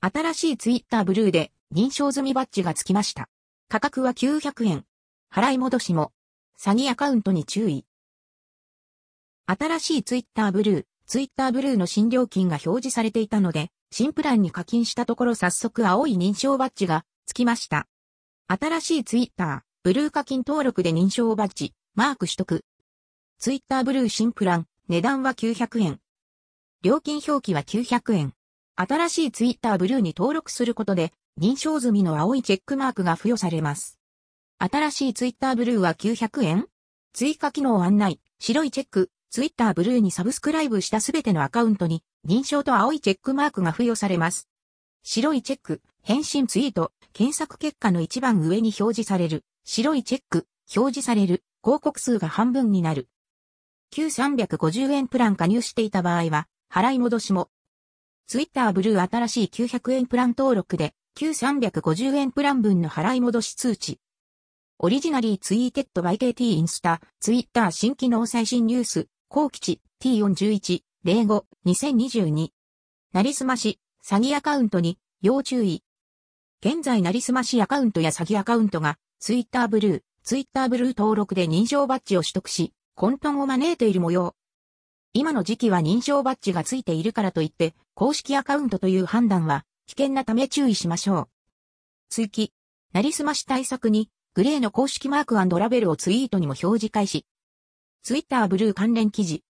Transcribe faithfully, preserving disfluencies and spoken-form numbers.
新しいツイッターブルーで認証済みバッジがつきました。価格はきゅうひゃくえん。払い戻しも。詐欺アカウントに注意。新しいツイッターブルー、ツイッターブルーの新料金が表示されていたので、新プランに課金したところ早速青い認証バッジがつきました。新しいツイッター、ブルー課金登録で認証バッジ、マーク取得。ツイッターブルー新プラン、値段はきゅうひゃくえん。料金表記はきゅうひゃくえん。新しいツイッターブルーに登録することで、認証済みの青いチェックマークが付与されます。新しいツイッターブルーはきゅうひゃくえん。追加機能案内、白いチェック、ツイッターブルーにサブスクライブしたすべてのアカウントに、認証と青いチェックマークが付与されます。白いチェック、返信ツイート、検索結果の一番上に表示される、白いチェック、表示される、広告数が半分になる。旧さんびゃくごじゅうえんプラン加入していた場合は、払い戻しも。ツイッターブルー新しいきゅうひゃくえんプラン登録で、旧さんびゃくごじゅうえんプラン分の払い戻し通知。オリジナリーツイーテッドバイ ケーティー インスタ、ツイッター新機能最新ニュース、後期値 ティーよんいちいちゼロごにせんにじゅうに。なりすまし、詐欺アカウントに要注意。現在なりすましアカウントや詐欺アカウントが、ツイッターブルー、ツイッターブルー登録で認証バッジを取得し、混沌を招いている模様。今の時期は認証バッジがついているからといって、公式アカウントという判断は危険なため注意しましょう。追記。なりすまし対策に、グレーの公式マーク&ラベルをツイートにも表示開始。ツイッターブルー関連記事。